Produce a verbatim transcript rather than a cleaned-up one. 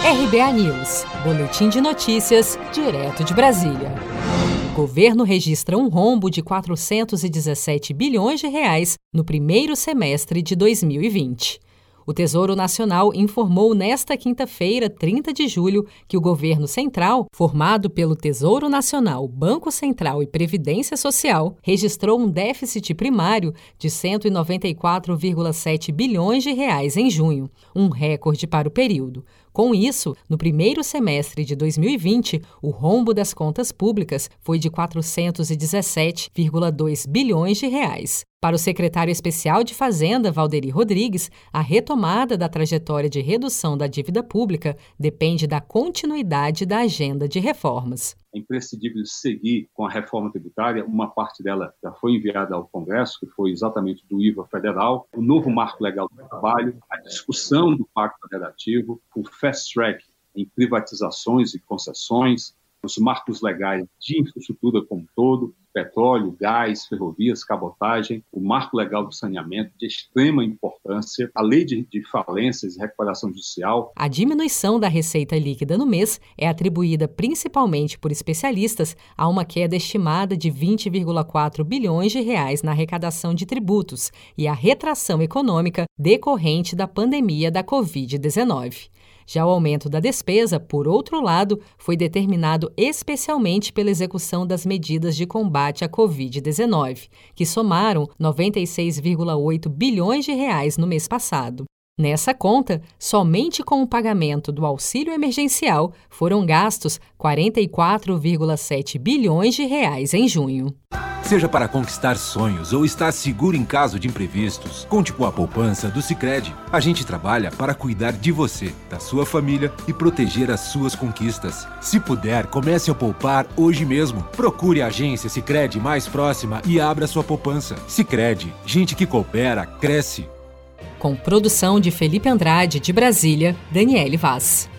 R B A News, boletim de notícias, direto de Brasília. O governo registra um rombo de quatrocentos e dezessete bilhões de reais no primeiro semestre de dois mil e vinte. O Tesouro Nacional informou nesta quinta-feira, trinta de julho, que o governo central, formado pelo Tesouro Nacional, Banco Central e Previdência Social, registrou um déficit primário de cento e noventa e quatro vírgula sete bilhões de reais em junho, um recorde para o período. Com isso, no primeiro semestre de dois mil e vinte, o rombo das contas públicas foi de quatrocentos e dezessete vírgula dois bilhões de reais. Para o secretário especial de Fazenda, Valderi Rodrigues, a retomada da trajetória de redução da dívida pública depende da continuidade da agenda de reformas. É imprescindível seguir com a reforma tributária, uma parte dela já foi enviada ao Congresso, que foi exatamente do I V A federal, o novo marco legal do trabalho, a discussão do pacto federativo, o fast track em privatizações e concessões, os marcos legais de infraestrutura como um todo, petróleo, gás, ferrovias, cabotagem, o marco legal do saneamento de extrema importância, a lei de, de falências e recuperação judicial. A diminuição da receita líquida no mês é atribuída principalmente por especialistas a uma queda estimada de vinte vírgula quatro bilhões de reais na arrecadação de tributos e a retração econômica decorrente da pandemia da covid dezenove. Já o aumento da despesa, por outro lado, foi determinado especialmente pela execução das medidas de combate à covid dezenove, que somaram noventa e seis vírgula oito bilhões de reais no mês passado. Nessa conta, somente com o pagamento do auxílio emergencial foram gastos quarenta e quatro vírgula sete bilhões de reais em junho. Seja para conquistar sonhos ou estar seguro em caso de imprevistos, conte com a poupança do Sicredi. A gente trabalha para cuidar de você, da sua família e proteger as suas conquistas. Se puder, comece a poupar hoje mesmo. Procure a agência Sicredi mais próxima e abra sua poupança. Sicredi, gente que coopera, cresce. Com produção de Felipe Andrade, de Brasília, Daniele Vaz.